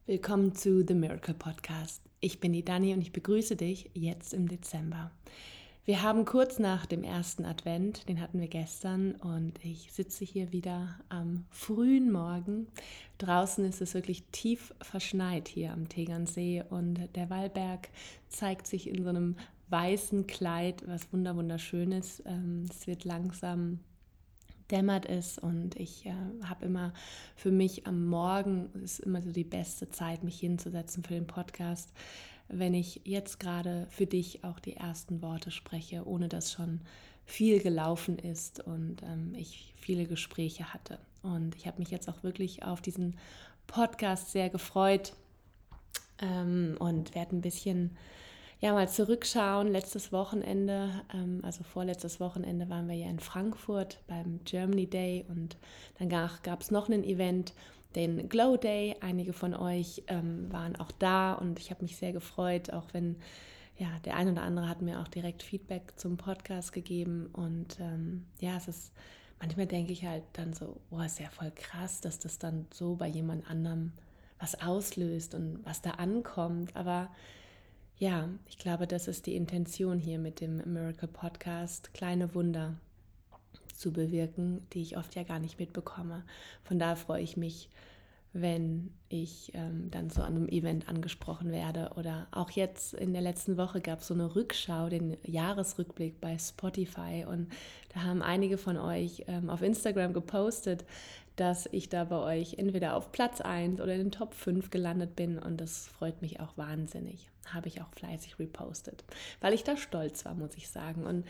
Willkommen zu The Miracle Podcast. Ich bin die Dani und ich begrüße dich jetzt im Dezember. Wir haben kurz nach dem ersten Advent, den hatten wir gestern, und ich sitze hier wieder am frühen Morgen. Draußen ist es wirklich tief verschneit hier am Tegernsee und der Wallberg zeigt sich in so einem weißen Kleid, was wunderschön ist. Es wird langsam dämmert es und ich habe immer für mich am Morgen, ist immer so die beste Zeit, mich hinzusetzen für den Podcast, wenn ich jetzt gerade für dich auch die ersten Worte spreche, ohne dass schon viel gelaufen ist und ich viele Gespräche hatte. Und ich habe mich jetzt auch wirklich auf diesen Podcast sehr gefreut und werde ein bisschen mal zurückschauen. Letztes Wochenende, also vorletztes Wochenende waren wir ja in Frankfurt beim Germany Day und dann gab es noch ein Event, den Glow Day. Einige von euch waren auch da und ich habe mich sehr gefreut, auch wenn der ein oder andere hat mir auch direkt Feedback zum Podcast gegeben und es ist, manchmal denke ich halt dann so, ist ja voll krass, dass das dann so bei jemand anderem was auslöst und was da ankommt, aber ja, ich glaube, das ist die Intention hier mit dem Miracle Podcast, kleine Wunder zu bewirken, die ich oft ja gar nicht mitbekomme. Von daher freue ich mich, wenn ich dann so an einem Event angesprochen werde. Oder auch jetzt in der letzten Woche gab es so eine Rückschau, den Jahresrückblick bei Spotify. Und da haben einige von euch auf Instagram gepostet, dass ich da bei euch entweder auf Platz 1 oder in den Top 5 gelandet bin. Und das freut mich auch wahnsinnig. Habe ich auch fleißig repostet, weil ich da stolz war, muss ich sagen. Und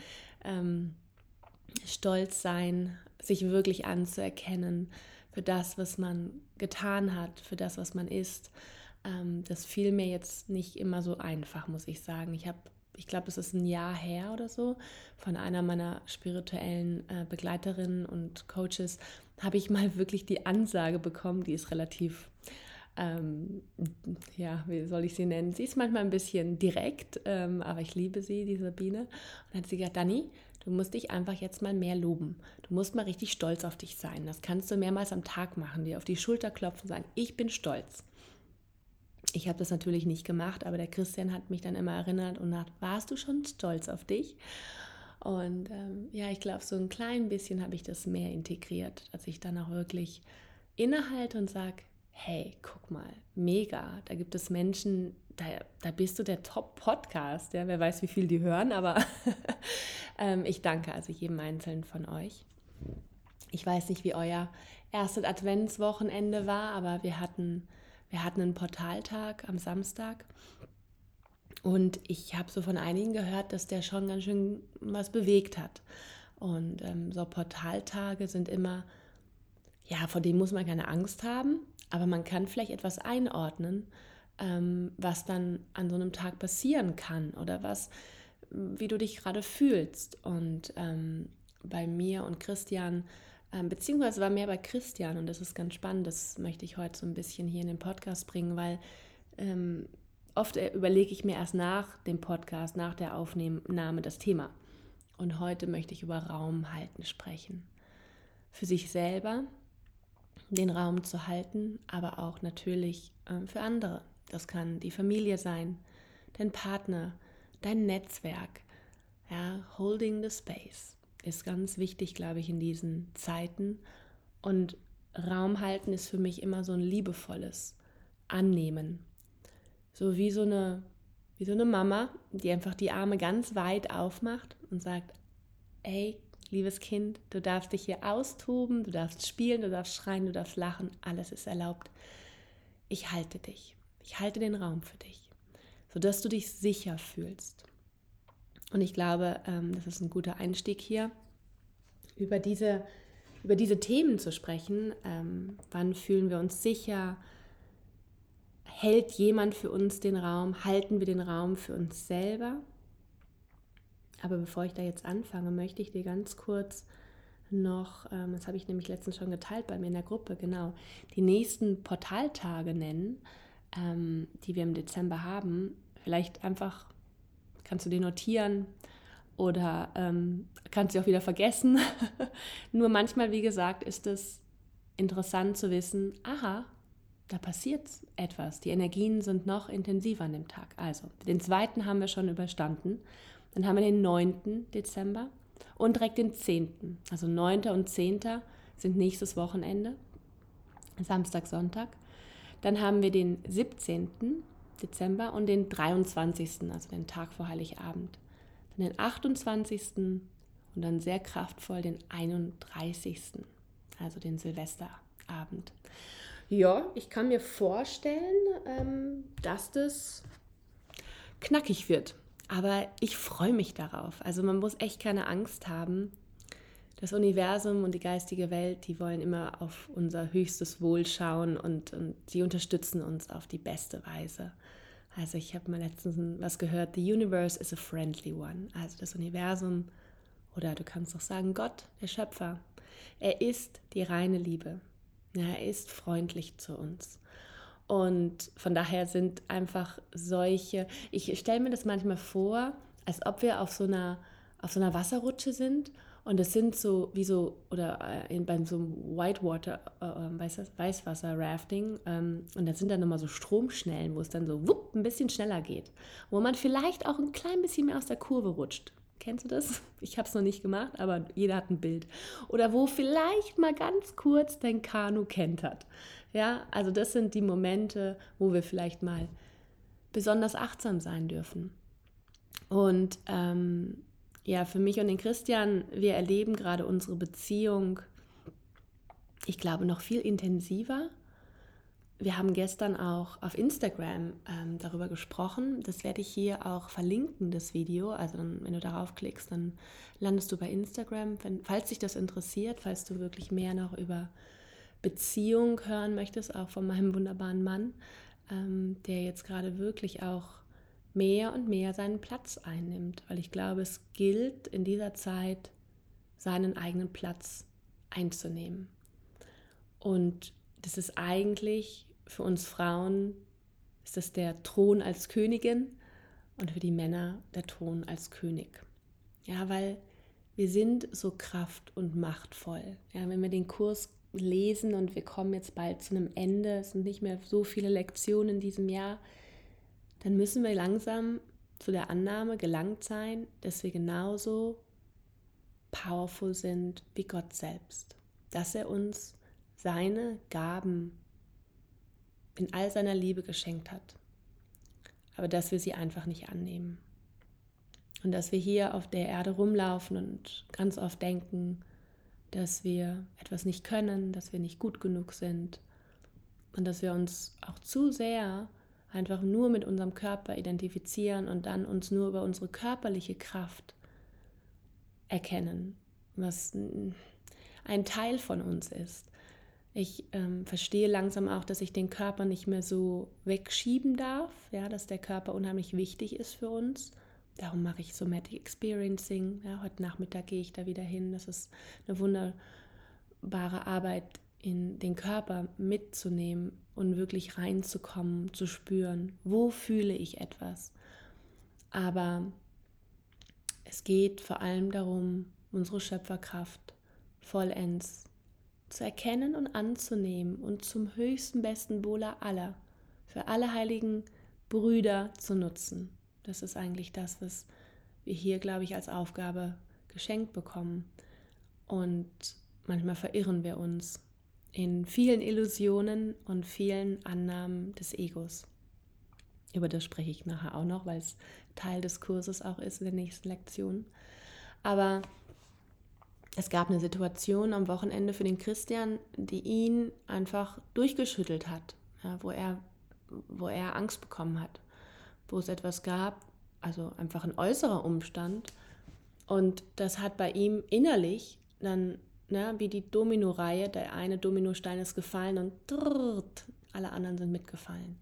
stolz sein, sich wirklich anzuerkennen für das, was man getan hat, für das, was man ist. Das fiel mir jetzt nicht immer so einfach, muss ich sagen. Ich glaube, es ist ein Jahr her oder so, von einer meiner spirituellen Begleiterinnen und Coaches, habe ich mal wirklich die Ansage bekommen, die ist relativ, wie soll ich sie nennen? Sie ist manchmal ein bisschen direkt, aber ich liebe sie, die Sabine. Und dann hat sie gesagt, Dani, du musst dich einfach jetzt mal mehr loben. Du musst mal richtig stolz auf dich sein. Das kannst du mehrmals am Tag machen, dir auf die Schulter klopfen und sagen, ich bin stolz. Ich habe das natürlich nicht gemacht, aber der Christian hat mich dann immer erinnert und sagt, warst du schon stolz auf dich? Und ich glaube, so ein klein bisschen habe ich das mehr integriert, dass ich dann auch wirklich innehalte und sage, hey, guck mal, mega, da gibt es Menschen, da bist du der Top-Podcast, ja, wer weiß, wie viel die hören, aber ich danke also jedem Einzelnen von euch. Ich weiß nicht, wie euer erstes Adventswochenende war, aber wir hatten einen Portaltag am Samstag und ich habe so von einigen gehört, dass der schon ganz schön was bewegt hat. Und so Portaltage sind immer, vor denen muss man keine Angst haben, aber man kann vielleicht etwas einordnen, was dann an so einem Tag passieren kann oder wie du dich gerade fühlst. Und bei mir und Christian, beziehungsweise war mehr bei Christian, und das ist ganz spannend, das möchte ich heute so ein bisschen hier in den Podcast bringen, weil oft überlege ich mir erst nach dem Podcast, nach der Aufnahme das Thema. Und heute möchte ich über Raum halten sprechen. Für sich selber den Raum zu halten, aber auch natürlich für andere. Das kann die Familie sein, dein Partner, dein Netzwerk. Ja, holding the space ist ganz wichtig, glaube ich, in diesen Zeiten. Und Raum halten ist für mich immer so ein liebevolles Annehmen. So wie so eine Mama, die einfach die Arme ganz weit aufmacht und sagt, ey, liebes Kind, du darfst dich hier austoben, du darfst spielen, du darfst schreien, du darfst lachen, alles ist erlaubt. Ich halte dich. Ich halte den Raum für dich, sodass du dich sicher fühlst. Und ich glaube, das ist ein guter Einstieg hier, über diese Themen zu sprechen. Wann fühlen wir uns sicher? Hält jemand für uns den Raum? Halten wir den Raum für uns selber? Aber bevor ich da jetzt anfange, möchte ich dir ganz kurz noch, das habe ich nämlich letztens schon geteilt bei mir in der Gruppe, genau, die nächsten Portaltage nennen, die wir im Dezember haben. Vielleicht einfach kannst du die notieren oder kannst sie auch wieder vergessen. Nur manchmal, wie gesagt, ist es interessant zu wissen, aha, da passiert etwas. Die Energien sind noch intensiver an dem Tag. Also, den 2. haben wir schon überstanden. Dann haben wir den 9. Dezember und direkt den 10. Also 9. und 10. sind nächstes Wochenende, Samstag, Sonntag. Dann haben wir den 17. Dezember und den 23., also den Tag vor Heiligabend. Dann den 28. und dann sehr kraftvoll den 31., also den Silvesterabend. Ja, ich kann mir vorstellen, dass das knackig wird. Aber ich freue mich darauf. Also man muss echt keine Angst haben. Das Universum und die geistige Welt, die wollen immer auf unser höchstes Wohl schauen und die unterstützen uns auf die beste Weise. Also ich habe mal letztens was gehört, the universe is a friendly one. Also das Universum, oder du kannst auch sagen Gott, der Schöpfer, er ist die reine Liebe. Ja, er ist freundlich zu uns. Und von daher sind einfach solche, ich stelle mir das manchmal vor, als ob wir auf so einer Wasserrutsche sind und es sind so wie so, oder bei so einem Weißwasser-Rafting und da sind dann nochmal so Stromschnellen, wo es dann so wupp, ein bisschen schneller geht, wo man vielleicht auch ein klein bisschen mehr aus der Kurve rutscht. Kennst du das? Ich habe es noch nicht gemacht, aber jeder hat ein Bild. Oder wo vielleicht mal ganz kurz dein Kanu kentert. Ja, also das sind die Momente, wo wir vielleicht mal besonders achtsam sein dürfen. Und ja, für mich und den Christian, wir erleben gerade unsere Beziehung, ich glaube, noch viel intensiver. Wir haben gestern auch auf Instagram darüber gesprochen. Das werde ich hier auch verlinken, das Video. Also wenn du darauf klickst, dann landest du bei Instagram. Falls dich das interessiert, falls du wirklich mehr noch über Beziehung hören möchtest, auch von meinem wunderbaren Mann, der jetzt gerade wirklich auch mehr und mehr seinen Platz einnimmt. Weil ich glaube, es gilt in dieser Zeit, seinen eigenen Platz einzunehmen. Und das ist eigentlich für uns Frauen, ist das der Thron als Königin und für die Männer der Thron als König. Ja, weil wir sind so kraft- und machtvoll. Ja, wenn wir den Kurs lesen und wir kommen jetzt bald zu einem Ende, es sind nicht mehr so viele Lektionen in diesem Jahr, dann müssen wir langsam zu der Annahme gelangt sein, dass wir genauso powerful sind wie Gott selbst. Dass er uns seine Gaben in all seiner Liebe geschenkt hat, aber dass wir sie einfach nicht annehmen. Und dass wir hier auf der Erde rumlaufen und ganz oft denken, dass wir etwas nicht können, dass wir nicht gut genug sind und dass wir uns auch zu sehr einfach nur mit unserem Körper identifizieren und dann uns nur über unsere körperliche Kraft erkennen, was ein Teil von uns ist. Ich verstehe langsam auch, dass ich den Körper nicht mehr so wegschieben darf, ja, dass der Körper unheimlich wichtig ist für uns. Darum mache ich Somatic Experiencing. Ja, heute Nachmittag gehe ich da wieder hin. Das ist eine wunderbare Arbeit, in den Körper mitzunehmen und wirklich reinzukommen, zu spüren, wo fühle ich etwas. Aber es geht vor allem darum, unsere Schöpferkraft vollends zu erkennen und anzunehmen und zum höchsten besten Wohle aller, für alle heiligen Brüder zu nutzen. Das ist eigentlich das, was wir hier, glaube ich, als Aufgabe geschenkt bekommen. Und manchmal verirren wir uns in vielen Illusionen und vielen Annahmen des Egos. Über das spreche ich nachher auch noch, weil es Teil des Kurses auch ist in der nächsten Lektion. Aber es gab eine Situation am Wochenende für den Christian, die ihn einfach durchgeschüttelt hat, ja, wo er Angst bekommen hat, wo es etwas gab, also einfach ein äußerer Umstand. Und das hat bei ihm innerlich dann, wie die Domino-Reihe, der eine Dominostein ist gefallen und alle anderen sind mitgefallen.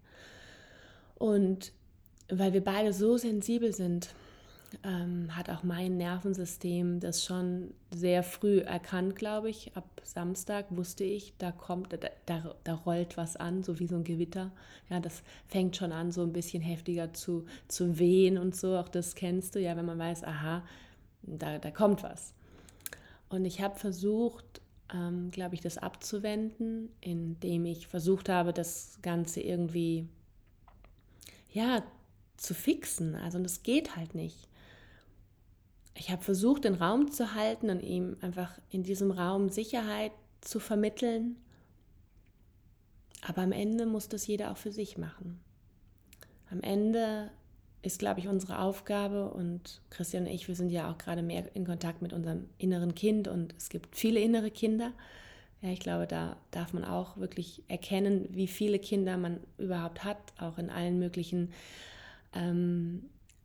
Und weil wir beide so sensibel sind, hat auch mein Nervensystem das schon sehr früh erkannt, glaube ich. Ab Samstag wusste ich, da rollt was an, so wie so ein Gewitter. Ja, das fängt schon an, so ein bisschen heftiger zu wehen und so. Auch das kennst du ja, wenn man weiß, aha, da kommt was. Und ich habe versucht, glaube ich, das abzuwenden, indem ich versucht habe, das Ganze irgendwie, ja, zu fixen. Also das geht halt nicht. Ich habe versucht, den Raum zu halten und ihm einfach in diesem Raum Sicherheit zu vermitteln. Aber am Ende muss das jeder auch für sich machen. Am Ende ist, glaube ich, unsere Aufgabe, und Christian und ich, wir sind ja auch gerade mehr in Kontakt mit unserem inneren Kind und es gibt viele innere Kinder. Ja, ich glaube, da darf man auch wirklich erkennen, wie viele Kinder man überhaupt hat, auch in allen möglichen ähm,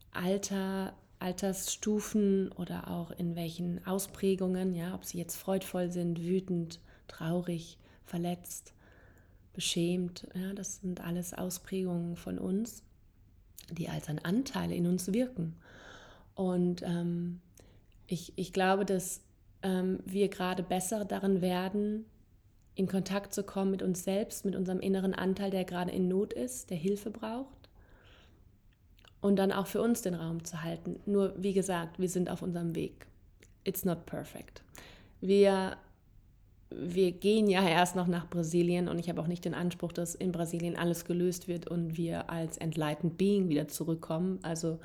Altersstufen oder auch in welchen Ausprägungen, ja, ob sie jetzt freudvoll sind, wütend, traurig, verletzt, beschämt. Ja, das sind alles Ausprägungen von uns, die als ein Anteil in uns wirken. Und ich glaube, dass wir gerade besser darin werden, in Kontakt zu kommen mit uns selbst, mit unserem inneren Anteil, der gerade in Not ist, der Hilfe braucht. Und dann auch für uns den Raum zu halten. Nur, wie gesagt, wir sind auf unserem Weg. It's not perfect. Wir gehen ja erst noch nach Brasilien und ich habe auch nicht den Anspruch, dass in Brasilien alles gelöst wird und wir als enlightened being wieder zurückkommen. Also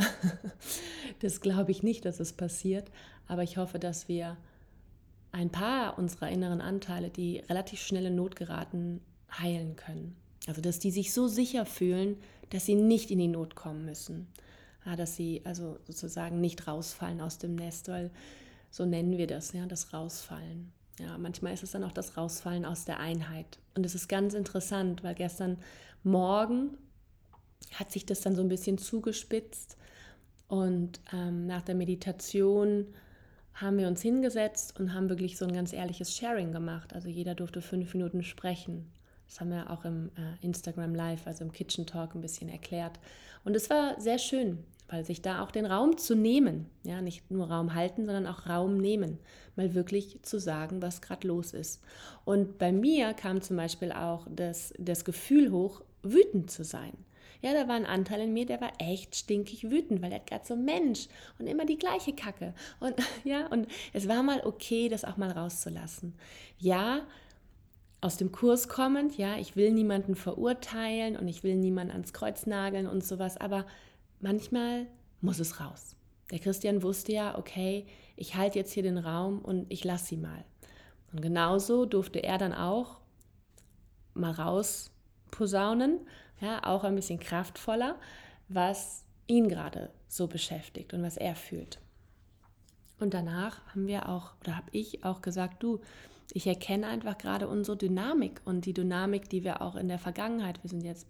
das glaube ich nicht, dass es passiert. Aber ich hoffe, dass wir ein paar unserer inneren Anteile, die relativ schnell in Not geraten, heilen können. Also dass die sich so sicher fühlen, dass sie nicht in die Not kommen müssen. Ja, dass sie also sozusagen nicht rausfallen aus dem Nest, weil so nennen wir das, ja, das Rausfallen. Ja, manchmal ist es dann auch das Rausfallen aus der Einheit. Und es ist ganz interessant, weil gestern Morgen hat sich das dann so ein bisschen zugespitzt und nach der Meditation haben wir uns hingesetzt und haben wirklich so ein ganz ehrliches Sharing gemacht. Also jeder durfte 5 Minuten sprechen. Das haben wir auch im Instagram Live, also im Kitchen Talk ein bisschen erklärt. Und es war sehr schön, weil sich da auch den Raum zu nehmen, ja, nicht nur Raum halten, sondern auch Raum nehmen, mal wirklich zu sagen, was gerade los ist. Und bei mir kam zum Beispiel auch das Gefühl hoch, wütend zu sein. Ja, da war ein Anteil in mir, der war echt stinkig wütend, weil er hat gerade so Mensch und immer die gleiche Kacke. Und ja, und es war mal okay, das auch mal rauszulassen. Ja, aus dem Kurs kommend, ja, ich will niemanden verurteilen und ich will niemanden ans Kreuz nageln und sowas, aber manchmal muss es raus. Der Christian wusste ja, okay, ich halte jetzt hier den Raum und ich lasse sie mal. Und genauso durfte er dann auch mal rausposaunen, ja, auch ein bisschen kraftvoller, was ihn gerade so beschäftigt und was er fühlt. Und danach haben wir auch, oder habe ich auch gesagt, du, ich erkenne einfach gerade unsere Dynamik und die Dynamik, die wir auch in der Vergangenheit, wir sind jetzt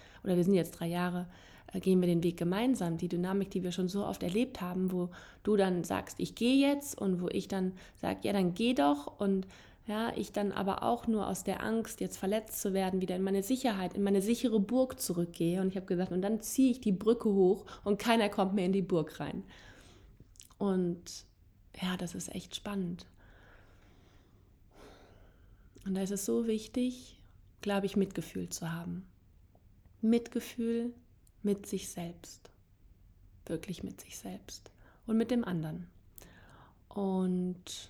3 Jahre, gehen wir den Weg gemeinsam, die Dynamik, die wir schon so oft erlebt haben, wo du dann sagst, ich gehe jetzt und wo ich dann sage, ja, dann geh doch und ja, ich dann aber auch nur aus der Angst, jetzt verletzt zu werden, wieder in meine Sicherheit, in meine sichere Burg zurückgehe. Und ich habe gesagt, und dann ziehe ich die Brücke hoch und keiner kommt mehr in die Burg rein. Und ja, das ist echt spannend. Und da ist es so wichtig, glaube ich, Mitgefühl zu haben. Mitgefühl mit sich selbst. Wirklich mit sich selbst. Und mit dem anderen. Und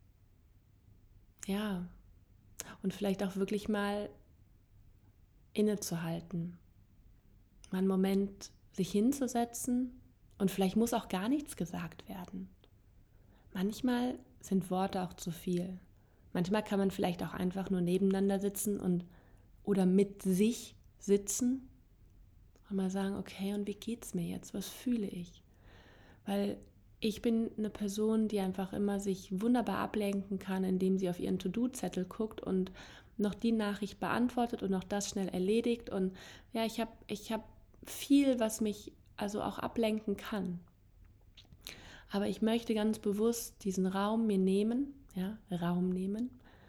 ja, und vielleicht auch wirklich mal innezuhalten. Mal einen Moment sich hinzusetzen und vielleicht muss auch gar nichts gesagt werden. Manchmal sind Worte auch zu viel. Manchmal kann man vielleicht auch einfach nur nebeneinander sitzen oder mit sich sitzen und mal sagen, okay, und wie geht's mir jetzt? Was fühle ich? Weil ich bin eine Person, die einfach immer sich wunderbar ablenken kann, indem sie auf ihren To-Do-Zettel guckt und noch die Nachricht beantwortet und noch das schnell erledigt. Und ja, ich hab viel, was mich also auch ablenken kann. Aber ich möchte ganz bewusst diesen Raum mir nehmen, ja, Raum nehmen,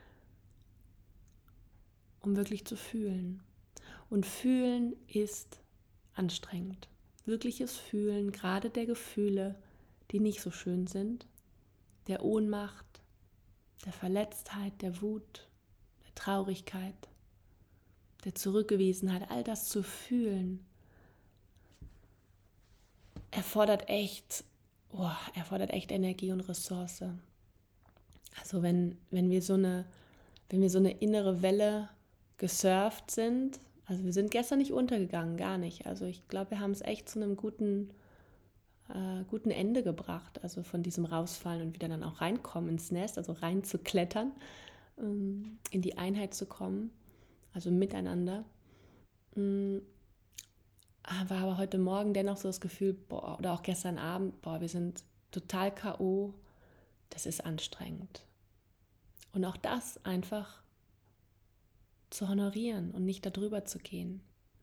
um wirklich zu fühlen. Und fühlen ist anstrengend. Wirkliches Fühlen, gerade der Gefühle, die nicht so schön sind, der Ohnmacht, der Verletztheit, der Wut, der Traurigkeit, der Zurückgewiesenheit, all das zu fühlen, erfordert echt Energie und Ressource. Also wenn wir wenn wir so eine innere Welle gesurft sind, also wir sind gestern nicht untergegangen, gar nicht. Also ich glaube, wir haben es echt zu einem guten Ende gebracht, also von diesem Rausfallen und wieder dann auch reinkommen ins Nest, also reinzuklettern, in die Einheit zu kommen, also miteinander. War aber heute Morgen dennoch so das Gefühl, boah, oder auch gestern Abend, boah, wir sind total K.O., das ist anstrengend. Und auch das einfach zu honorieren und nicht darüber zu gehen.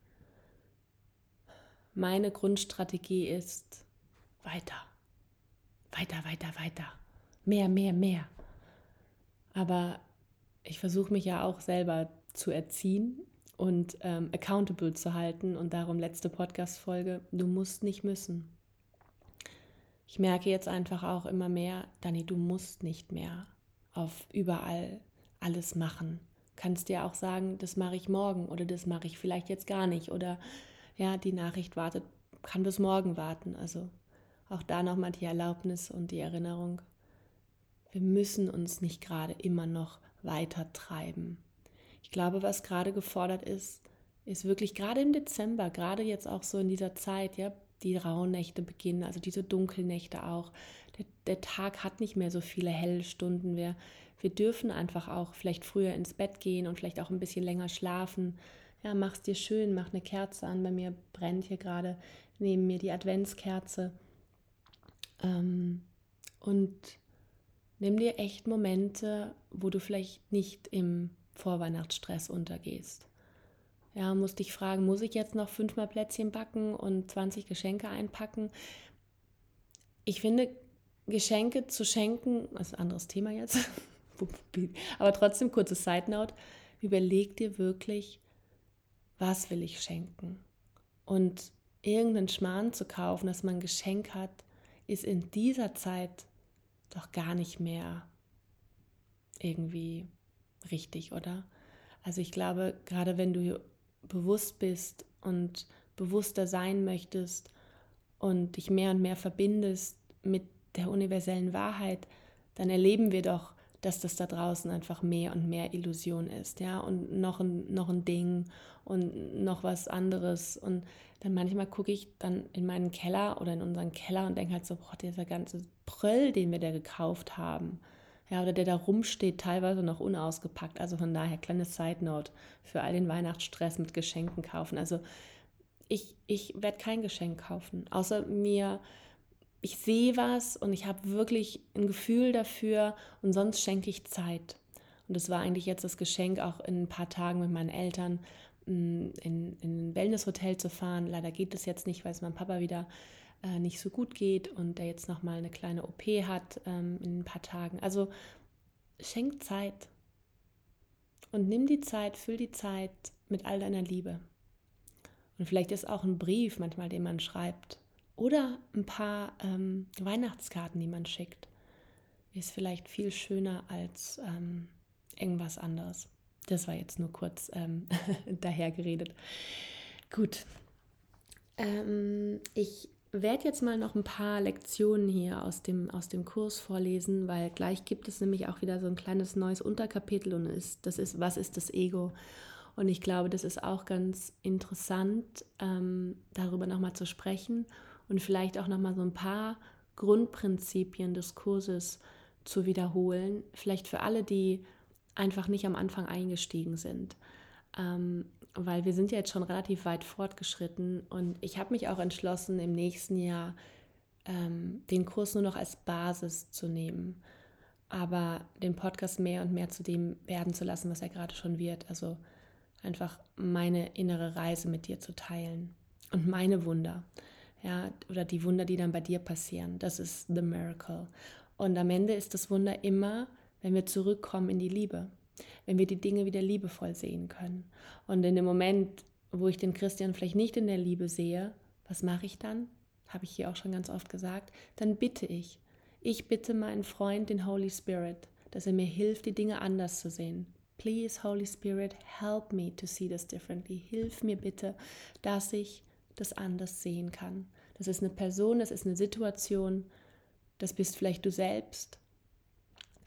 Meine Grundstrategie ist weiter, weiter, weiter, weiter, mehr, mehr, mehr. Aber ich versuche mich ja auch selber zu erziehen und accountable zu halten. Und darum letzte Podcast-Folge, du musst nicht müssen. Ich merke jetzt einfach auch immer mehr, Dani, du musst nicht mehr auf überall alles machen. Kannst dir auch sagen, das mache ich morgen oder das mache ich vielleicht jetzt gar nicht. Oder ja, die Nachricht wartet, kann bis morgen warten. Also auch da nochmal die Erlaubnis und die Erinnerung. Wir müssen uns nicht gerade immer noch weiter treiben. Ich glaube, was gerade gefordert ist, ist wirklich gerade im Dezember, gerade jetzt auch so in dieser Zeit, ja, die Rauhnächte beginnen, also diese Dunkelnächte auch. Der Tag hat nicht mehr so viele helle Stunden. Wir dürfen einfach auch vielleicht früher ins Bett gehen und vielleicht auch ein bisschen länger schlafen. Ja, mach's dir schön, mach eine Kerze an. Bei mir brennt hier gerade neben mir die Adventskerze. Und nimm dir echt Momente, wo du vielleicht nicht im Vorweihnachtsstress untergehst. Ja, musst dich fragen, muss ich jetzt noch 5-mal Plätzchen backen und 20 Geschenke einpacken? Ich finde, Geschenke zu schenken, das ist ein anderes Thema jetzt, aber trotzdem kurze Side Note, überleg dir wirklich, was will ich schenken? Und irgendeinen Schmarrn zu kaufen, dass man ein Geschenk hat, ist in dieser Zeit doch gar nicht mehr irgendwie richtig, oder? Also ich glaube, gerade wenn du bewusst bist und bewusster sein möchtest und dich mehr und mehr verbindest mit der universellen Wahrheit, dann erleben wir doch, dass das da draußen einfach mehr und mehr Illusion ist, ja, und noch ein Ding und noch was anderes. Und dann manchmal gucke ich dann in meinen Keller oder in unseren Keller und denke halt so, boah, dieser ganze Pröll, den wir da gekauft haben, ja, oder der da rumsteht, teilweise noch unausgepackt. Also von daher, kleine Side Note für all den Weihnachtsstress mit Geschenken kaufen. Also ich werde kein Geschenk kaufen, außer mir, ich sehe was und ich habe wirklich ein Gefühl dafür und sonst schenke ich Zeit. Und das war eigentlich jetzt das Geschenk, auch in ein paar Tagen mit meinen Eltern in ein Wellnesshotel zu fahren. Leider geht es jetzt nicht, weil es meinem Papa wieder nicht so gut geht und der jetzt nochmal eine kleine OP hat in ein paar Tagen. Also schenk Zeit und nimm die Zeit, füll die Zeit mit all deiner Liebe. Und vielleicht ist auch ein Brief manchmal, den man schreibt. Oder ein paar Weihnachtskarten, die man schickt. Ist vielleicht viel schöner als irgendwas anderes. Das war jetzt nur kurz dahergeredet. Gut. Ich werde jetzt mal noch ein paar Lektionen hier aus dem Kurs vorlesen, weil gleich gibt es nämlich auch wieder so ein kleines neues Unterkapitel und das ist, was ist das Ego? Und ich glaube, das ist auch ganz interessant, darüber nochmal zu sprechen und vielleicht auch nochmal so ein paar Grundprinzipien des Kurses zu wiederholen. Vielleicht für alle, die einfach nicht am Anfang eingestiegen sind. Weil wir sind ja jetzt schon relativ weit fortgeschritten und ich habe mich auch entschlossen, im nächsten Jahr den Kurs nur noch als Basis zu nehmen, aber den Podcast mehr und mehr zu dem werden zu lassen, was er gerade schon wird. Also einfach meine innere Reise mit dir zu teilen und meine Wunder, ja, oder die Wunder, die dann bei dir passieren. Das ist the miracle. Und am Ende ist das Wunder immer, wenn wir zurückkommen in die Liebe, wenn wir die Dinge wieder liebevoll sehen können. Und in dem Moment, wo ich den Christian vielleicht nicht in der Liebe sehe, was mache ich dann? Habe ich hier auch schon ganz oft gesagt. Dann bitte ich. Ich bitte meinen Freund, den Holy Spirit, dass er mir hilft, die Dinge anders zu sehen. Please, Holy Spirit, help me to see this differently. Hilf mir bitte, dass ich das anders sehen kann. Das ist eine Person, das ist eine Situation, das bist vielleicht du selbst.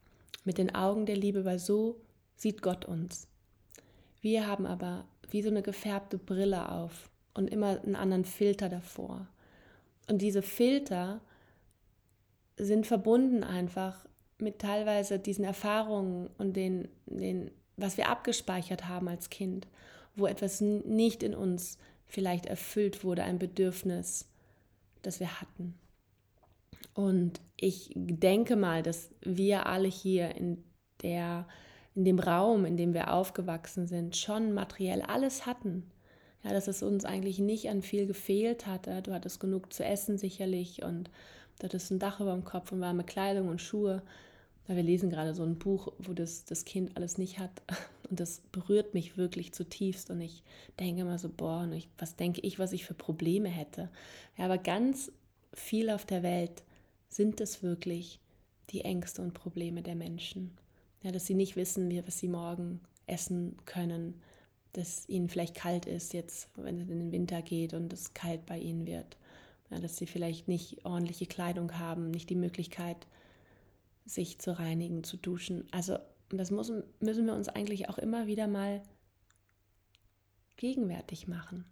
mit den Augen der Liebe, weil so sieht Gott uns. Wir haben aber wie so eine gefärbte Brille auf und immer einen anderen Filter davor. Und diese Filter sind verbunden einfach mit teilweise diesen Erfahrungen und was wir abgespeichert haben als Kind, wo etwas nicht in uns vielleicht erfüllt wurde, ein Bedürfnis, das wir hatten. Und ich denke mal, dass wir alle hier in dem Raum, in dem wir aufgewachsen sind, schon materiell alles hatten. Ja, dass es uns eigentlich nicht an viel gefehlt hatte. Du hattest genug zu essen sicherlich und du hattest ein Dach über dem Kopf und warme Kleidung und Schuhe. Weil wir lesen gerade so ein Buch, wo das Kind alles nicht hat. Und das berührt mich wirklich zutiefst. Und ich denke immer so, boah, was denke ich, was ich für Probleme hätte. Ja, aber ganz viel auf der Welt sind es wirklich die Ängste und Probleme der Menschen. Ja, dass sie nicht wissen, was sie morgen essen können, dass ihnen vielleicht kalt ist jetzt, wenn es in den Winter geht und es kalt bei ihnen wird. Ja, dass sie vielleicht nicht ordentliche Kleidung haben, nicht die Möglichkeit, sich zu reinigen, zu duschen. Also das müssen wir uns eigentlich auch immer wieder mal gegenwärtig machen,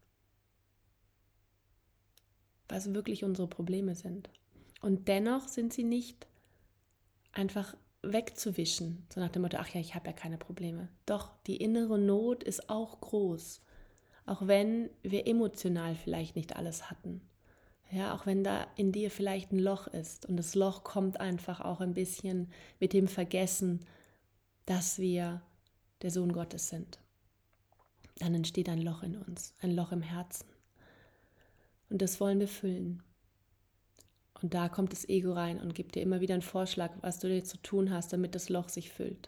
was wirklich unsere Probleme sind. Und dennoch sind sie nicht einfach wegzuwischen, so nach dem Motto, ach ja, ich habe ja keine Probleme. Doch, die innere Not ist auch groß, auch wenn wir emotional vielleicht nicht alles hatten. Ja, auch wenn da in dir vielleicht ein Loch ist und das Loch kommt einfach auch ein bisschen mit dem Vergessen, dass wir der Sohn Gottes sind. Dann entsteht ein Loch in uns, ein Loch im Herzen. Und das wollen wir füllen. Und da kommt das Ego rein und gibt dir immer wieder einen Vorschlag, was du dir zu tun hast, damit das Loch sich füllt.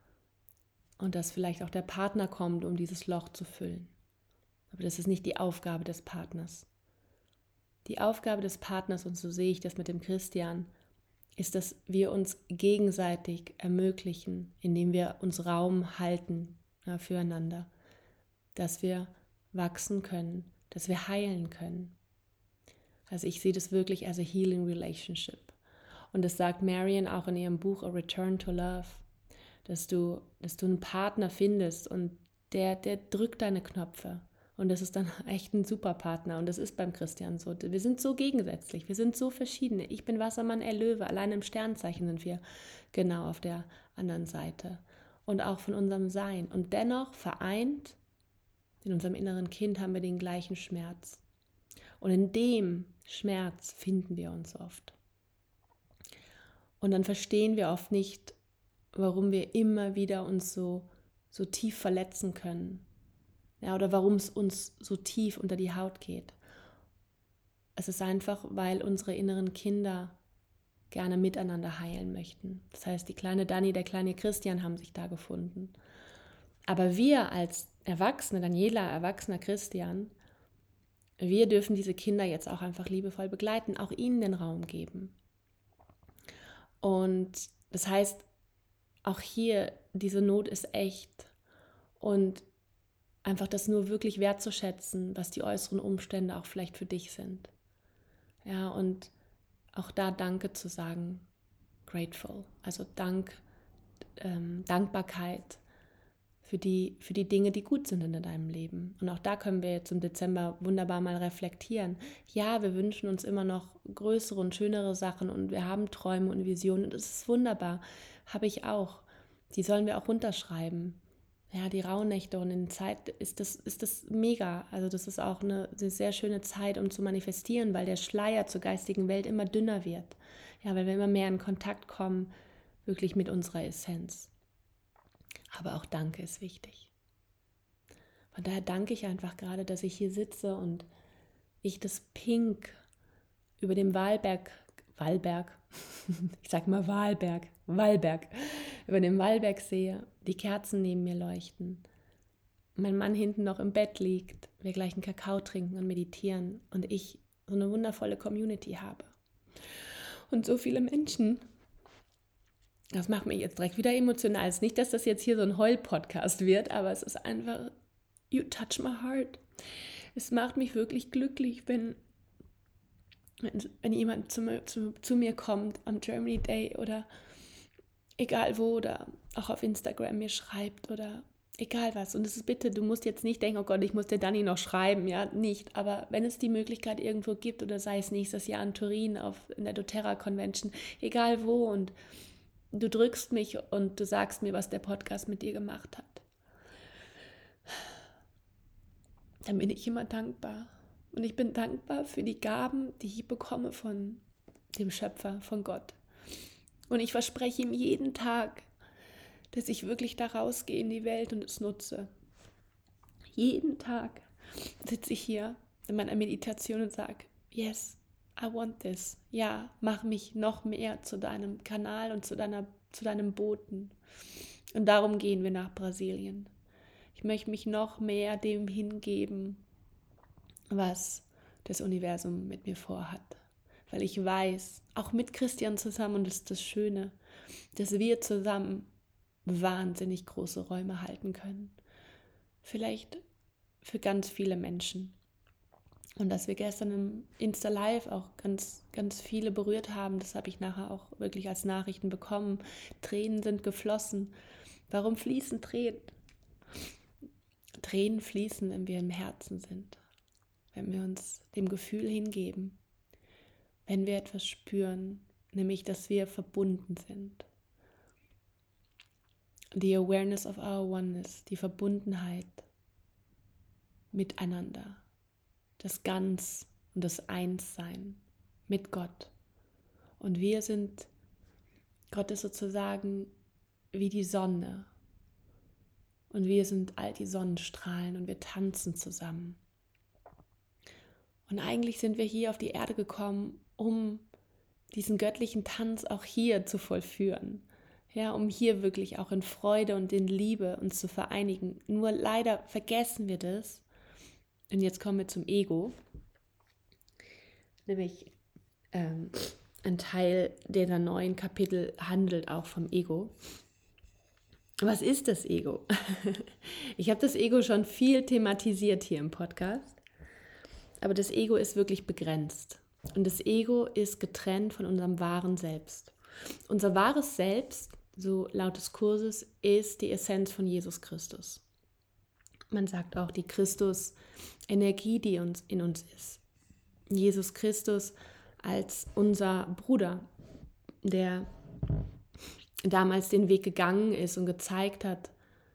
Und dass vielleicht auch der Partner kommt, um dieses Loch zu füllen. Aber das ist nicht die Aufgabe des Partners. Die Aufgabe des Partners, und so sehe ich das mit dem Christian, ist, dass wir uns gegenseitig ermöglichen, indem wir uns Raum halten, ja, füreinander, dass wir wachsen können, dass wir heilen können. Also ich sehe das wirklich als a healing relationship. Und das sagt Marian auch in ihrem Buch A Return to Love, dass du einen Partner findest und der drückt deine Knöpfe. Und das ist dann echt ein super Partner. Und das ist beim Christian so. Wir sind so gegensätzlich, wir sind so verschiedene. Ich bin Wassermann, er Löwe. Allein im Sternzeichen sind wir genau auf der anderen Seite. Und auch von unserem Sein. Und dennoch vereint, in unserem inneren Kind haben wir den gleichen Schmerz. Und in dem Schmerz finden wir uns oft. Und dann verstehen wir oft nicht, warum wir immer wieder uns so tief verletzen können. Ja, oder warum es uns so tief unter die Haut geht. Es ist einfach, weil unsere inneren Kinder gerne miteinander heilen möchten. Das heißt, die kleine Dani, der kleine Christian haben sich da gefunden. Aber wir als Erwachsene, Daniela, erwachsener Christian, wir dürfen diese Kinder jetzt auch einfach liebevoll begleiten, auch ihnen den Raum geben. Und das heißt, auch hier, diese Not ist echt. Und einfach das nur wirklich wertzuschätzen, was die äußeren Umstände auch vielleicht für dich sind. Ja, und auch da Danke zu sagen, grateful, also Dankbarkeit für die Dinge, die gut sind in deinem Leben. Und auch da können wir jetzt im Dezember wunderbar mal reflektieren. Ja, wir wünschen uns immer noch größere und schönere Sachen und wir haben Träume und Visionen und das ist wunderbar, habe ich auch. Die sollen wir auch runterschreiben. Ja, die Rauhnächte und in Zeit ist das mega. Also das ist auch eine sehr schöne Zeit, um zu manifestieren, weil der Schleier zur geistigen Welt immer dünner wird. Ja, weil wir immer mehr in Kontakt kommen, wirklich mit unserer Essenz. Aber auch Danke ist wichtig. Von daher danke ich einfach gerade, dass ich hier sitze und ich das Pink über dem Wallberg, ich sag mal Wallberg, über dem Wallberg sehe, die Kerzen neben mir leuchten, mein Mann hinten noch im Bett liegt, wir gleich einen Kakao trinken und meditieren und ich so eine wundervolle Community habe. Und so viele Menschen. Das macht mich jetzt direkt wieder emotional. Es ist nicht, dass das jetzt hier so ein Heul-Podcast wird, aber es ist einfach, you touch my heart. Es macht mich wirklich glücklich, wenn jemand zu mir kommt am Germany Day oder egal wo, oder auch auf Instagram mir schreibt oder egal was. Und es ist bitte, du musst jetzt nicht denken, oh Gott, ich muss der Dani noch schreiben, ja, nicht. Aber wenn es die Möglichkeit irgendwo gibt oder sei es nächstes Jahr in Turin in der doTERRA Convention, egal wo, und du drückst mich und du sagst mir, was der Podcast mit dir gemacht hat, dann bin ich immer dankbar. Und ich bin dankbar für die Gaben, die ich bekomme von dem Schöpfer, von Gott. Und ich verspreche ihm jeden Tag, dass ich wirklich da rausgehe in die Welt und es nutze. Jeden Tag sitze ich hier in meiner Meditation und sage, yes, I want this. Ja, mach mich noch mehr zu deinem Kanal und zu deinem Boten. Und darum gehen wir nach Brasilien. Ich möchte mich noch mehr dem hingeben, was das Universum mit mir vorhat. Weil ich weiß, auch mit Christian zusammen, und das ist das Schöne, dass wir zusammen wahnsinnig große Räume halten können. Vielleicht für ganz viele Menschen. Und dass wir gestern im Insta Live auch ganz, ganz viele berührt haben, das habe ich nachher auch wirklich als Nachrichten bekommen. Tränen sind geflossen. Warum fließen Tränen? Tränen fließen, wenn wir im Herzen sind, wenn wir uns dem Gefühl hingeben, wenn wir etwas spüren, nämlich, dass wir verbunden sind. The awareness of our oneness, die Verbundenheit miteinander, das Ganz und das Einssein mit Gott. Und wir sind, Gott ist sozusagen wie die Sonne. Und wir sind all die Sonnenstrahlen und wir tanzen zusammen. Und eigentlich sind wir hier auf die Erde gekommen, um diesen göttlichen Tanz auch hier zu vollführen. Ja, um hier wirklich auch in Freude und in Liebe uns zu vereinigen. Nur leider vergessen wir das. Und jetzt kommen wir zum Ego. Nämlich ein Teil dieser neuen Kapitel handelt auch vom Ego. Was ist das Ego? Ich habe das Ego schon viel thematisiert hier im Podcast. Aber das Ego ist wirklich begrenzt. Und das Ego ist getrennt von unserem wahren Selbst. Unser wahres Selbst, so laut des Kurses, ist die Essenz von Jesus Christus. Man sagt auch die Christus-Energie, die in uns ist. Jesus Christus als unser Bruder, der damals den Weg gegangen ist und gezeigt hat,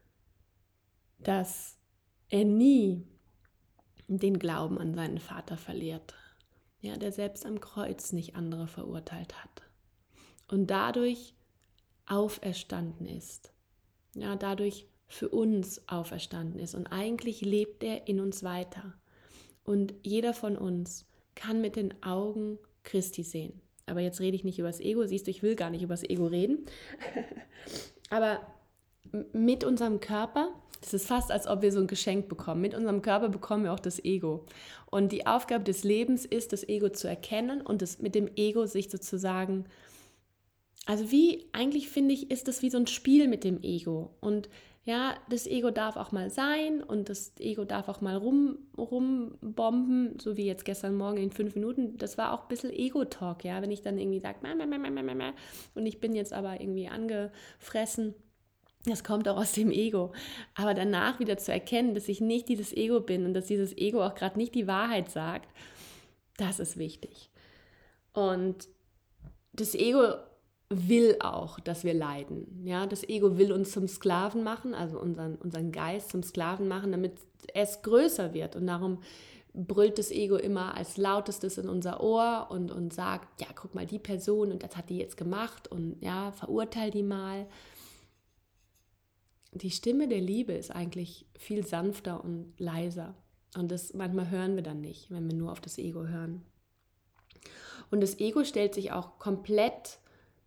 dass er nie den Glauben an seinen Vater verliert. Ja, der selbst am Kreuz nicht andere verurteilt hat. Und dadurch auferstanden ist. Ja, dadurch für uns auferstanden ist. Und eigentlich lebt er in uns weiter. Und jeder von uns kann mit den Augen Christi sehen. Aber jetzt rede ich nicht über das Ego. Siehst du, ich will gar nicht über das Ego reden. Aber mit unserem Körper, das ist fast, als ob wir so ein Geschenk bekommen. Mit unserem Körper bekommen wir auch das Ego. Und die Aufgabe des Lebens ist, das Ego zu erkennen und mit dem Ego sich sozusagen, also eigentlich finde ich, ist das wie so ein Spiel mit dem Ego. Und ja, das Ego darf auch mal sein und das Ego darf auch mal rumbomben, so wie jetzt gestern Morgen in 5 Minuten. Das war auch ein bisschen Ego-Talk, ja, wenn ich dann irgendwie sage, und ich bin jetzt aber irgendwie angefressen. Das kommt auch aus dem Ego. Aber danach wieder zu erkennen, dass ich nicht dieses Ego bin und dass dieses Ego auch gerade nicht die Wahrheit sagt, das ist wichtig. Und das Ego will auch, dass wir leiden. Ja? Das Ego will uns zum Sklaven machen, also unseren Geist zum Sklaven machen, damit es größer wird. Und darum brüllt das Ego immer als lautestes in unser Ohr und sagt, ja, guck mal, die Person und das hat die jetzt gemacht und ja, verurteil die mal. Die Stimme der Liebe ist eigentlich viel sanfter und leiser. Und das manchmal hören wir dann nicht, wenn wir nur auf das Ego hören. Und das Ego stellt sich auch komplett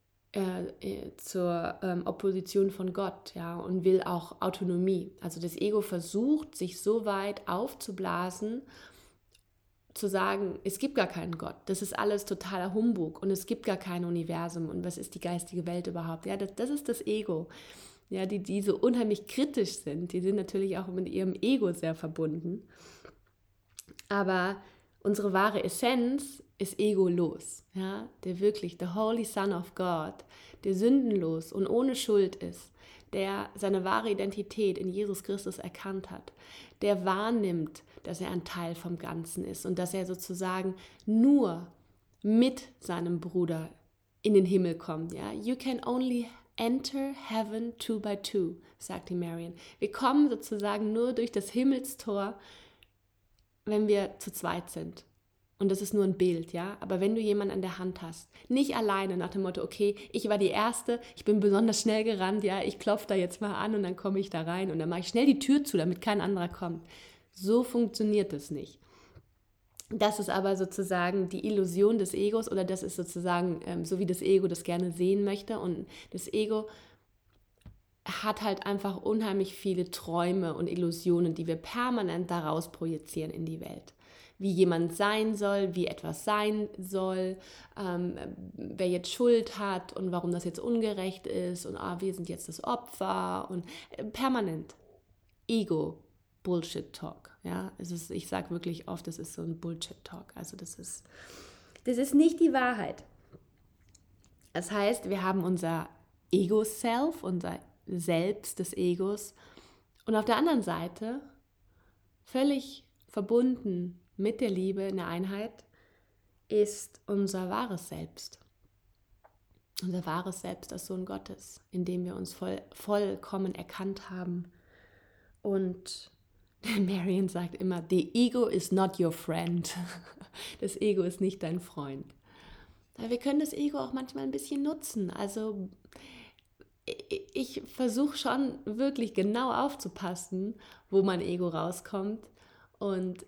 zur Opposition von Gott, ja, und will auch Autonomie. Also das Ego versucht, sich so weit aufzublasen, zu sagen, es gibt gar keinen Gott. Das ist alles totaler Humbug und es gibt gar kein Universum. Und was ist die geistige Welt überhaupt? Ja, das ist das Ego. Ja, die so unheimlich kritisch sind, die sind natürlich auch mit ihrem Ego sehr verbunden. Unsere wahre Essenz ist egolos, ja, der wirklich, the Holy Son of God, der sündenlos und ohne Schuld ist, der seine wahre Identität in Jesus Christus erkannt hat, der wahrnimmt, dass er ein Teil vom Ganzen ist und dass er sozusagen nur mit seinem Bruder in den Himmel kommt. Ja? You can only enter heaven two by two, sagt die Marian. Wir kommen sozusagen nur durch das Himmelstor, wenn wir zu zweit sind. Und das ist nur ein Bild, ja. Aber wenn du jemanden an der Hand hast, nicht alleine nach dem Motto, okay, ich war die Erste, ich bin besonders schnell gerannt, ja, ich klopfe da jetzt mal an und dann komme ich da rein und dann mache ich schnell die Tür zu, damit kein anderer kommt. So funktioniert das nicht. Das ist aber sozusagen die Illusion des Egos oder das ist sozusagen so, wie das Ego das gerne sehen möchte. Und das Ego hat halt einfach unheimlich viele Träume und Illusionen, die wir permanent daraus projizieren in die Welt. Wie jemand sein soll, wie etwas sein soll, wer jetzt Schuld hat und warum das jetzt ungerecht ist und wir sind jetzt das Opfer und permanent Ego, Bullshit-Talk. Ja? Ich sage wirklich oft, das ist so ein Bullshit-Talk. Also das ist nicht die Wahrheit. Das heißt, wir haben unser Ego-Self, unser Selbst des Egos und auf der anderen Seite völlig verbunden mit der Liebe in der Einheit ist unser wahres Selbst. Unser wahres Selbst als Sohn Gottes, in dem wir uns vollkommen erkannt haben. Und Marian sagt immer, the ego is not your friend. Das Ego ist nicht dein Freund. Aber wir können das Ego auch manchmal ein bisschen nutzen. Also ich versuche schon wirklich genau aufzupassen, wo mein Ego rauskommt. Und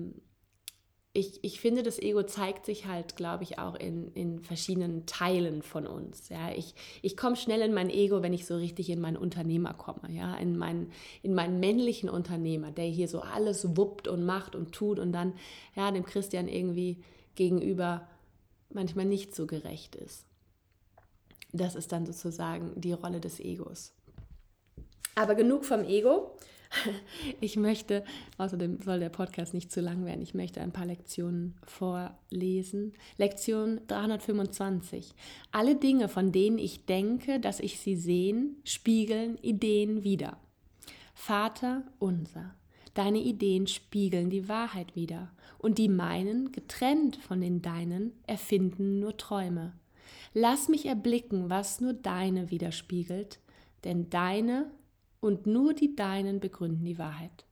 ich finde, das Ego zeigt sich halt, glaube ich, auch in verschiedenen Teilen von uns. Ja? Ich komme schnell in mein Ego, wenn ich so richtig in meinen Unternehmer komme, ja? in meinen männlichen Unternehmer, der hier so alles wuppt und macht und tut und dann ja, dem Christian irgendwie gegenüber manchmal nicht so gerecht ist. Das ist dann sozusagen die Rolle des Egos. Aber genug vom Ego. Ich möchte, außerdem soll der Podcast nicht zu lang werden, ich möchte ein paar Lektionen vorlesen. Lektion 325. Alle Dinge, von denen ich denke, dass ich sie sehen, spiegeln Ideen wider. Vater unser, deine Ideen spiegeln die Wahrheit wider und die meinen, getrennt von den deinen, erfinden nur Träume. Lass mich erblicken, was nur deine widerspiegelt, denn deine und nur die Deinen begründen die Wahrheit.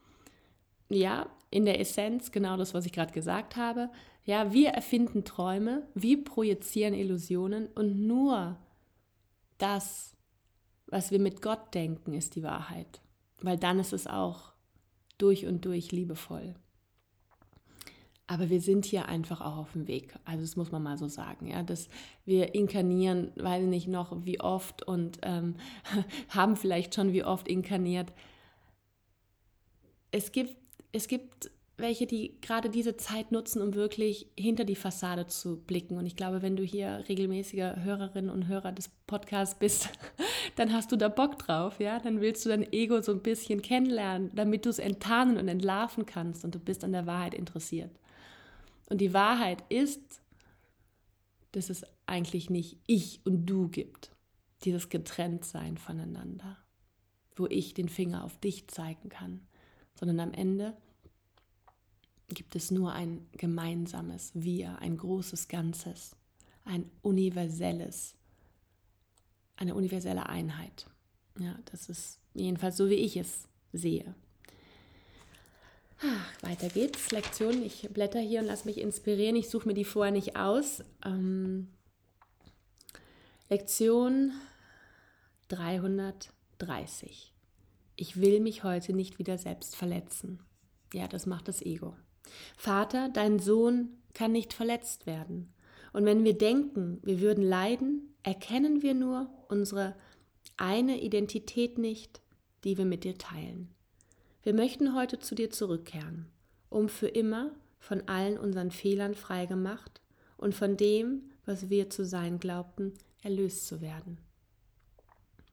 Ja, in der Essenz genau das, was ich gerade gesagt habe. Ja, wir erfinden Träume, wir projizieren Illusionen und nur das, was wir mit Gott denken, ist die Wahrheit. Weil dann ist es auch durch und durch liebevoll. Aber wir sind hier einfach auch auf dem Weg. Also das muss man mal so sagen. Ja, dass wir inkarnieren, weiß ich nicht noch wie oft und haben vielleicht schon wie oft inkarniert. Es gibt welche, die gerade diese Zeit nutzen, um wirklich hinter die Fassade zu blicken. Und ich glaube, wenn du hier regelmäßiger Hörerin und Hörer des Podcasts bist, dann hast du da Bock drauf. Ja? Dann willst du dein Ego so ein bisschen kennenlernen, damit du es enttarnen und entlarven kannst und du bist an der Wahrheit interessiert. Und die Wahrheit ist, dass es eigentlich nicht ich und du gibt, dieses Getrenntsein voneinander, wo ich den Finger auf dich zeigen kann, sondern am Ende gibt es nur ein gemeinsames Wir, ein großes Ganzes, eine universelle Einheit. Ja, das ist jedenfalls so, wie ich es sehe. Weiter geht's, Lektion. Ich blätter hier und lasse mich inspirieren. Ich suche mir die vorher nicht aus. Lektion 330. Ich will mich heute nicht wieder selbst verletzen. Ja, das macht das Ego. Vater, dein Sohn kann nicht verletzt werden. Und wenn wir denken, wir würden leiden, erkennen wir nur unsere eine Identität nicht, die wir mit dir teilen. Wir möchten heute zu dir zurückkehren, um für immer von allen unseren Fehlern freigemacht und von dem, was wir zu sein glaubten, erlöst zu werden.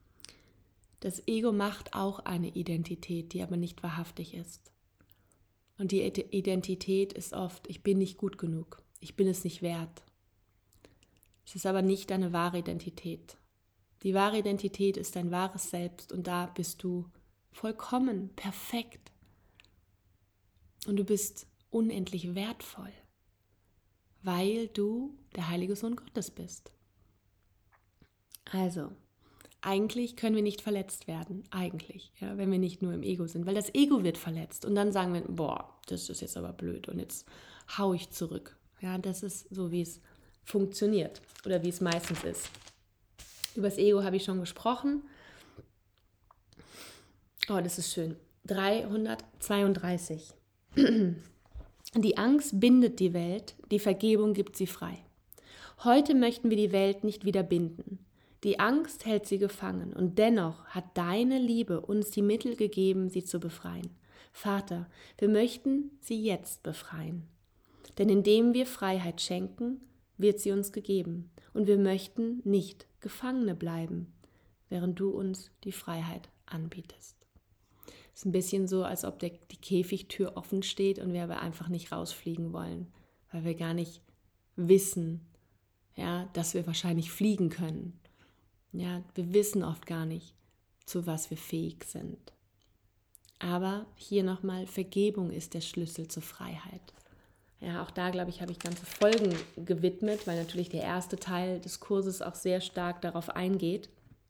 Das Ego macht auch eine Identität, die aber nicht wahrhaftig ist. Und die Identität ist oft, ich bin nicht gut genug, ich bin es nicht wert. Es ist aber nicht deine wahre Identität. Die wahre Identität ist dein wahres Selbst und da bist du vollkommen, perfekt. Und du bist unendlich wertvoll, weil du der heilige Sohn Gottes bist. Also, eigentlich können wir nicht verletzt werden, eigentlich, ja, wenn wir nicht nur im Ego sind, weil das Ego wird verletzt und dann sagen wir, boah, das ist jetzt aber blöd und jetzt hau ich zurück. Ja, das ist so, wie es funktioniert oder wie es meistens ist. Über das Ego habe ich schon gesprochen. Oh, das ist schön. 332. Die Angst bindet die Welt, die Vergebung gibt sie frei. Heute möchten wir die Welt nicht wieder binden. Die Angst hält sie gefangen und dennoch hat deine Liebe uns die Mittel gegeben, sie zu befreien. Vater, wir möchten sie jetzt befreien. Denn indem wir Freiheit schenken, wird sie uns gegeben und wir möchten nicht Gefangene bleiben, während du uns die Freiheit anbietest. Es ist ein bisschen so, als ob die Käfigtür offen steht und wir aber einfach nicht rausfliegen wollen, weil wir gar nicht wissen, ja, dass wir wahrscheinlich fliegen können. Ja, wir wissen oft gar nicht, zu was wir fähig sind. Aber hier nochmal, Vergebung ist der Schlüssel zur Freiheit. Ja, auch da, glaube ich, habe ich ganze Folgen gewidmet, weil natürlich der erste Teil des Kurses auch sehr stark darauf eingeht.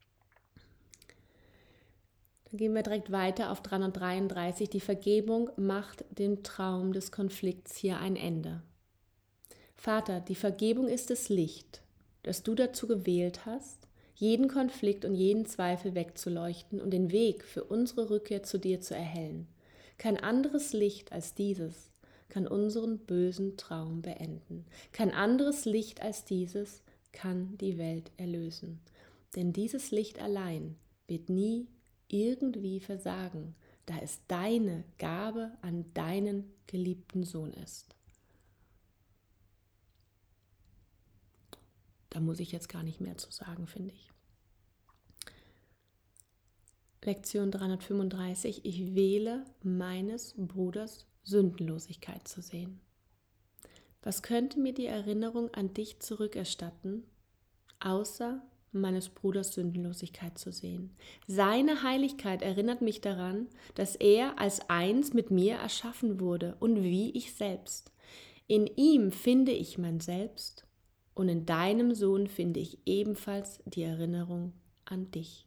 Dann gehen wir direkt weiter auf 333. Die Vergebung macht dem Traum des Konflikts hier ein Ende. Vater, die Vergebung ist das Licht, das du dazu gewählt hast, jeden Konflikt und jeden Zweifel wegzuleuchten und den Weg für unsere Rückkehr zu dir zu erhellen. Kein anderes Licht als dieses kann unseren bösen Traum beenden. Kein anderes Licht als dieses kann die Welt erlösen. Denn dieses Licht allein wird nie irgendwie versagen, da es deine Gabe an deinen geliebten Sohn ist. Da muss ich jetzt gar nicht mehr zu sagen, finde ich. Lektion 335. Ich wähle meines Bruders Sündenlosigkeit zu sehen. Was könnte mir die Erinnerung an dich zurückerstatten, außer meines Bruders Sündenlosigkeit zu sehen? Seine Heiligkeit erinnert mich daran, dass er als eins mit mir erschaffen wurde und wie ich selbst. In ihm finde ich mein Selbst und in deinem Sohn finde ich ebenfalls die Erinnerung an dich.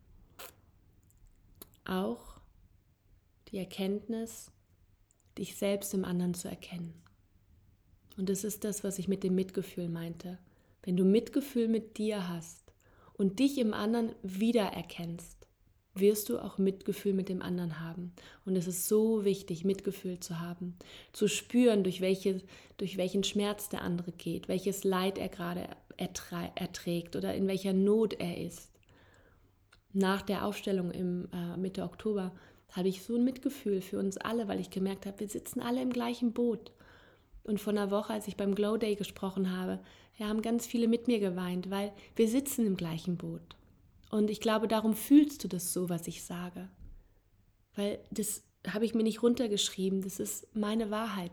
Auch die Erkenntnis, dich selbst im anderen zu erkennen. Und das ist das, was ich mit dem Mitgefühl meinte. Wenn du Mitgefühl mit dir hast und dich im anderen wiedererkennst, wirst du auch Mitgefühl mit dem anderen haben. Und es ist so wichtig, Mitgefühl zu haben, zu spüren, durch welchen Schmerz der andere geht, welches Leid er gerade erträgt oder in welcher Not er ist. Nach der Aufstellung im Mitte Oktober hatte ich so ein Mitgefühl für uns alle, weil ich gemerkt habe, wir sitzen alle im gleichen Boot. Und vor einer Woche, als ich beim Glow Day gesprochen habe, haben ganz viele mit mir geweint, weil wir sitzen im gleichen Boot. Und ich glaube, darum fühlst du das so, was ich sage. Weil das habe ich mir nicht runtergeschrieben, das ist meine Wahrheit.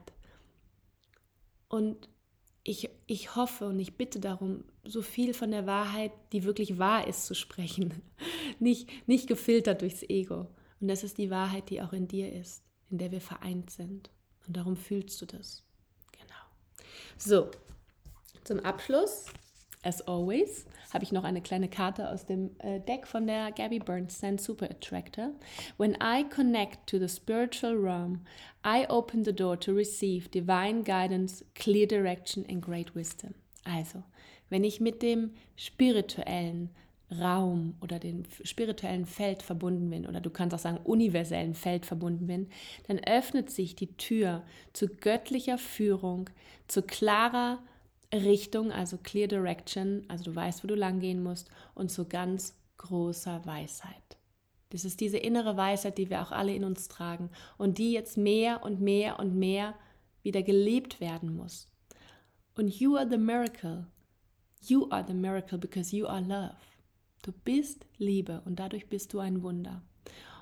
Und ich hoffe und ich bitte darum, so viel von der Wahrheit, die wirklich wahr ist, zu sprechen. Nicht gefiltert durchs Ego. Und das ist die Wahrheit, die auch in dir ist, in der wir vereint sind. Und darum fühlst du das. Genau. So, zum Abschluss, as always, habe ich noch eine kleine Karte aus dem Deck von der Gabby Bernstein Super Attractor. When I connect to the spiritual realm, I open the door to receive divine guidance, clear direction and great wisdom. Also, wenn ich mit dem spirituellen Raum oder dem spirituellen Feld verbunden bin, oder du kannst auch sagen universellen Feld verbunden bin, dann öffnet sich die Tür zu göttlicher Führung, zu klarer Richtung, also clear direction, also du weißt, wo du lang gehen musst, und zu ganz großer Weisheit. Das ist diese innere Weisheit, die wir auch alle in uns tragen und die jetzt mehr und mehr und mehr wieder gelebt werden muss. Und you are the miracle. You are the miracle because you are love. Du bist Liebe und dadurch bist du ein Wunder.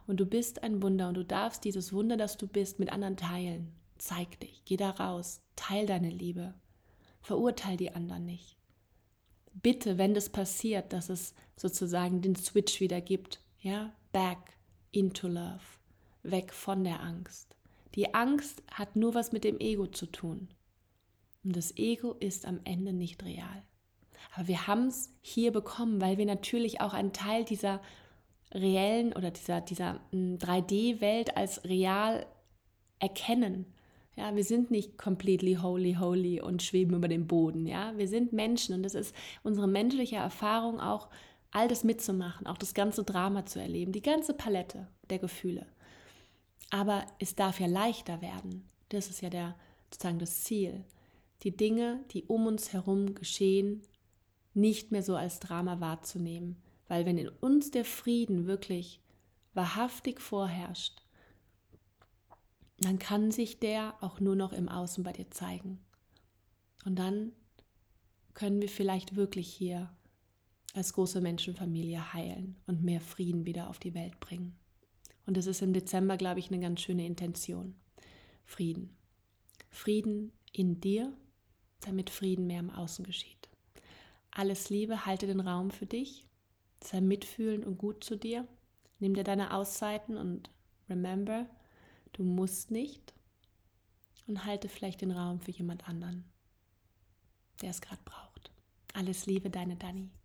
Und du bist ein Wunder und du darfst dieses Wunder, das du bist, mit anderen teilen. Zeig dich, geh da raus, teil deine Liebe, verurteil die anderen nicht. Bitte, wenn das passiert, dass es sozusagen den Switch wieder gibt, ja, back into love, weg von der Angst. Die Angst hat nur was mit dem Ego zu tun. Und das Ego ist am Ende nicht real. Aber wir haben es hier bekommen, weil wir natürlich auch einen Teil dieser reellen oder dieser 3D-Welt als real erkennen. Ja, wir sind nicht completely holy und schweben über dem Boden. Ja, wir sind Menschen und es ist unsere menschliche Erfahrung auch, all das mitzumachen, auch das ganze Drama zu erleben, die ganze Palette der Gefühle. Aber es darf ja leichter werden. Das ist ja sozusagen das Ziel. Die Dinge, die um uns herum geschehen, nicht mehr so als Drama wahrzunehmen. Weil wenn in uns der Frieden wirklich wahrhaftig vorherrscht, dann kann sich der auch nur noch im Außen bei dir zeigen. Und dann können wir vielleicht wirklich hier als große Menschenfamilie heilen und mehr Frieden wieder auf die Welt bringen. Und das ist im Dezember, glaube ich, eine ganz schöne Intention. Frieden. Frieden in dir, damit Frieden mehr im Außen geschieht. Alles Liebe, halte den Raum für dich. Sei mitfühlend und gut zu dir. Nimm dir deine Auszeiten und remember, du musst nicht. Und halte vielleicht den Raum für jemand anderen, der es gerade braucht. Alles Liebe, deine Dani.